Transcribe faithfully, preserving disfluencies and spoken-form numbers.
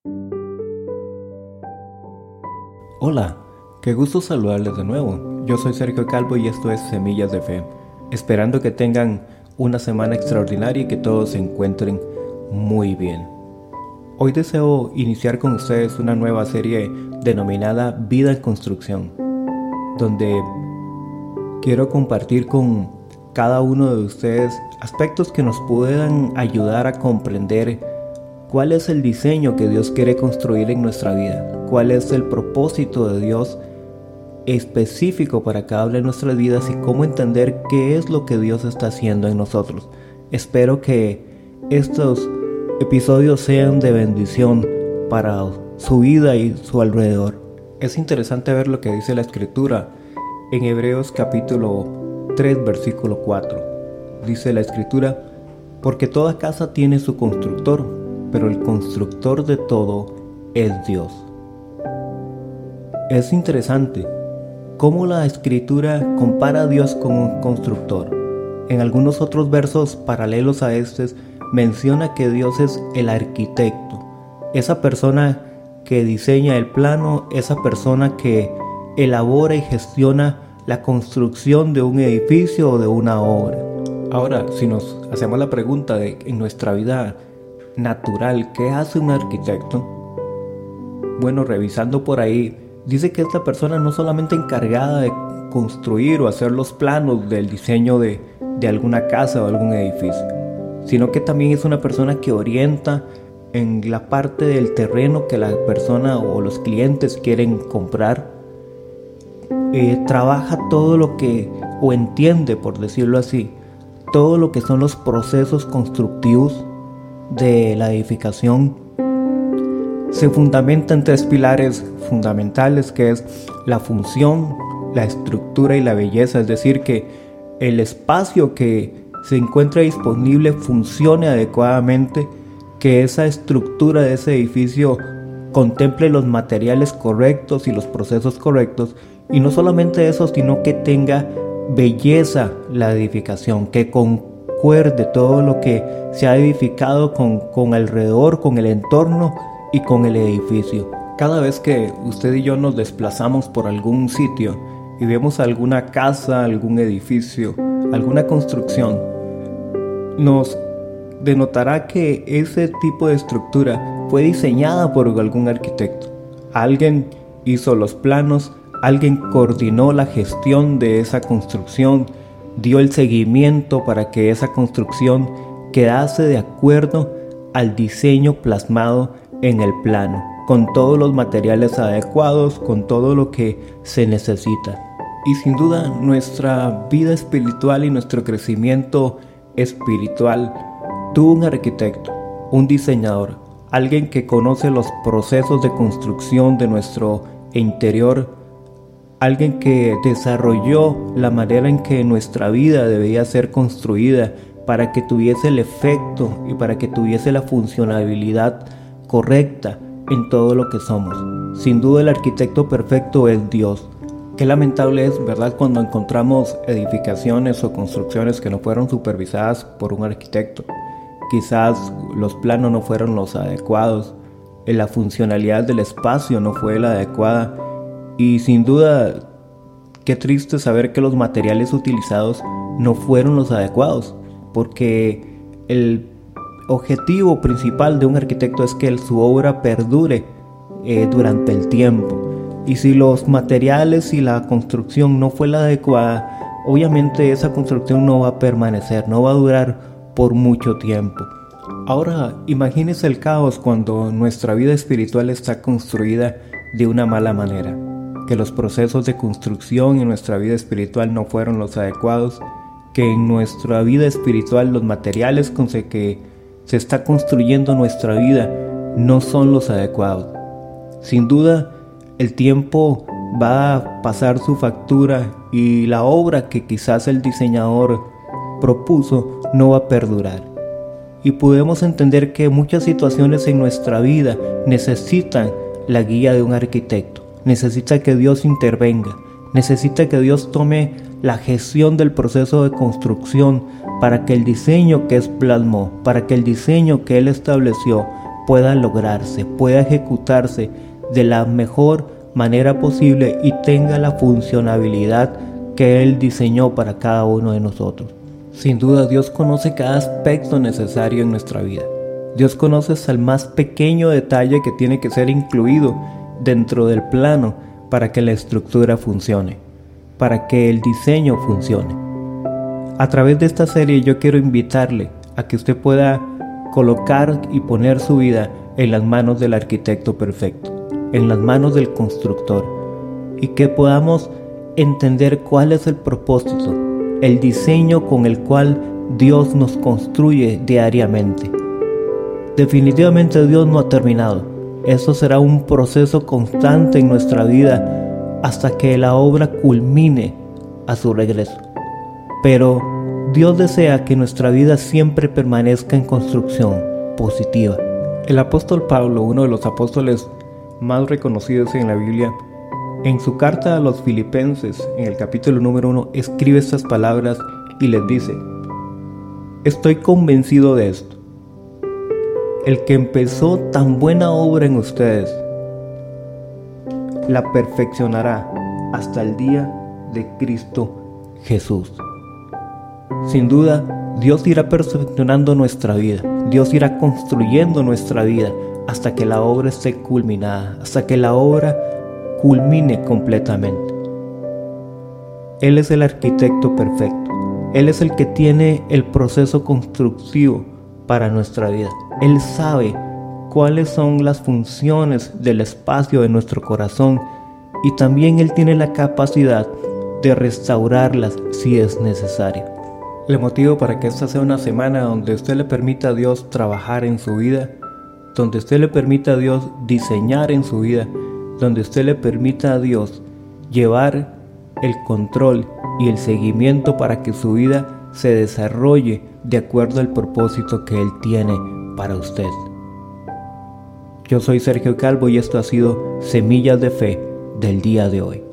Hola, qué gusto saludarles de nuevo. Yo soy Sergio Calvo y esto es Semillas de Fe, esperando que tengan una semana extraordinaria y que todos se encuentren muy bien. Hoy deseo iniciar con ustedes una nueva serie denominada Vida en Construcción, donde quiero compartir con cada uno de ustedes aspectos que nos puedan ayudar a comprender cuál es el diseño que Dios quiere construir en nuestra vida, cuál es el propósito de Dios específico para cada una de nuestras vidas y cómo entender qué es lo que Dios está haciendo en nosotros. Espero que estos episodios sean de bendición para su vida y su alrededor. Es interesante ver lo que dice la Escritura en Hebreos capítulo tres, versículo cuatro. Dice la Escritura: porque toda casa tiene su constructor, pero el constructor de todo es Dios. Es interesante cómo la Escritura compara a Dios con un constructor. En algunos otros versos paralelos a estos menciona que Dios es el arquitecto, esa persona que diseña el plano, esa persona que elabora y gestiona la construcción de un edificio o de una obra. Ahora, si nos hacemos la pregunta de en nuestra vida natural, ¿qué hace un arquitecto? Bueno, revisando por ahí, dice que es la persona no solamente encargada de construir o hacer los planos del diseño de, de alguna casa o algún edificio, sino que también es una persona que orienta en la parte del terreno que la persona o los clientes quieren comprar. Eh, trabaja todo lo que, o entiende, por decirlo así, todo lo que son los procesos constructivos de la edificación. Se fundamenta en tres pilares fundamentales, que es la función, la estructura y la belleza, es decir, que el espacio que se encuentra disponible funcione adecuadamente, que esa estructura de ese edificio contemple los materiales correctos y los procesos correctos, y no solamente eso, sino que tenga belleza la edificación, que concuerde todo lo que se ha edificado con, con alrededor, con el entorno y con el edificio. Cada vez que usted y yo nos desplazamos por algún sitio y vemos alguna casa, algún edificio, alguna construcción, nos denotará que ese tipo de estructura fue diseñada por algún arquitecto. Alguien hizo los planos, alguien coordinó la gestión de esa construcción, dio el seguimiento para que esa construcción quedase de acuerdo al diseño plasmado en el plano, con todos los materiales adecuados, con todo lo que se necesita. Y sin duda nuestra vida espiritual y nuestro crecimiento espiritual tuvo un arquitecto, un diseñador, alguien que conoce los procesos de construcción de nuestro interior, alguien que desarrolló la manera en que nuestra vida debía ser construida para que tuviese el efecto y para que tuviese la funcionalidad correcta en todo lo que somos. Sin duda el arquitecto perfecto es Dios. Qué lamentable es, ¿verdad?, cuando encontramos edificaciones o construcciones que no fueron supervisadas por un arquitecto. Quizás los planos no fueron los adecuados, la funcionalidad del espacio no fue la adecuada, y sin duda qué triste saber que los materiales utilizados no fueron los adecuados, porque el objetivo principal de un arquitecto es que su obra perdure eh, durante el tiempo. Y si los materiales y la construcción no fue la adecuada, obviamente esa construcción no va a permanecer, no va a durar por mucho tiempo. Ahora, imagínese el caos cuando nuestra vida espiritual está construida de una mala manera, que los procesos de construcción en nuestra vida espiritual no fueron los adecuados, que en nuestra vida espiritual los materiales con los que se está construyendo nuestra vida no son los adecuados. Sin duda, el tiempo va a pasar su factura y la obra que quizás el diseñador propuso no va a perdurar. Y podemos entender que muchas situaciones en nuestra vida necesitan la guía de un arquitecto, necesita que Dios intervenga, necesita que Dios tome la gestión del proceso de construcción para que el diseño que Él plasmó, para que el diseño que Él estableció pueda lograrse, pueda ejecutarse de la mejor manera posible y tenga la funcionalidad que Él diseñó para cada uno de nosotros. Sin duda, Dios conoce cada aspecto necesario en nuestra vida. Dios conoce hasta el más pequeño detalle que tiene que ser incluido dentro del plano para que la estructura funcione, para que el diseño funcione. A través de esta serie yo quiero invitarle a que usted pueda colocar y poner su vida en las manos del arquitecto perfecto, en las manos del constructor, y que podamos entender cuál es el propósito, el diseño con el cual Dios nos construye diariamente. Definitivamente Dios no ha terminado. Eso será un proceso constante en nuestra vida hasta que la obra culmine a su regreso. Pero Dios desea que nuestra vida siempre permanezca en construcción positiva. El apóstol Pablo, uno de los apóstoles más reconocidos en la Biblia, en su carta a los Filipenses, en el capítulo número uno, escribe estas palabras y les dice: estoy convencido de esto. El que empezó tan buena obra en ustedes, la perfeccionará hasta el día de Cristo Jesús. Sin duda, Dios irá perfeccionando nuestra vida. Dios irá construyendo nuestra vida hasta que la obra esté culminada, hasta que la obra culmine completamente. Él es el arquitecto perfecto. Él es el que tiene el proceso constructivo para nuestra vida. Él sabe cuáles son las funciones del espacio de nuestro corazón y también Él tiene la capacidad de restaurarlas si es necesario. Le motivo para que esta sea una semana donde usted le permita a Dios trabajar en su vida, donde usted le permita a Dios diseñar en su vida, donde usted le permita a Dios llevar el control y el seguimiento para que su vida se desarrolle de acuerdo al propósito que Él tiene para usted. Yo soy Sergio Calvo y esto ha sido Semillas de Fe del día de hoy.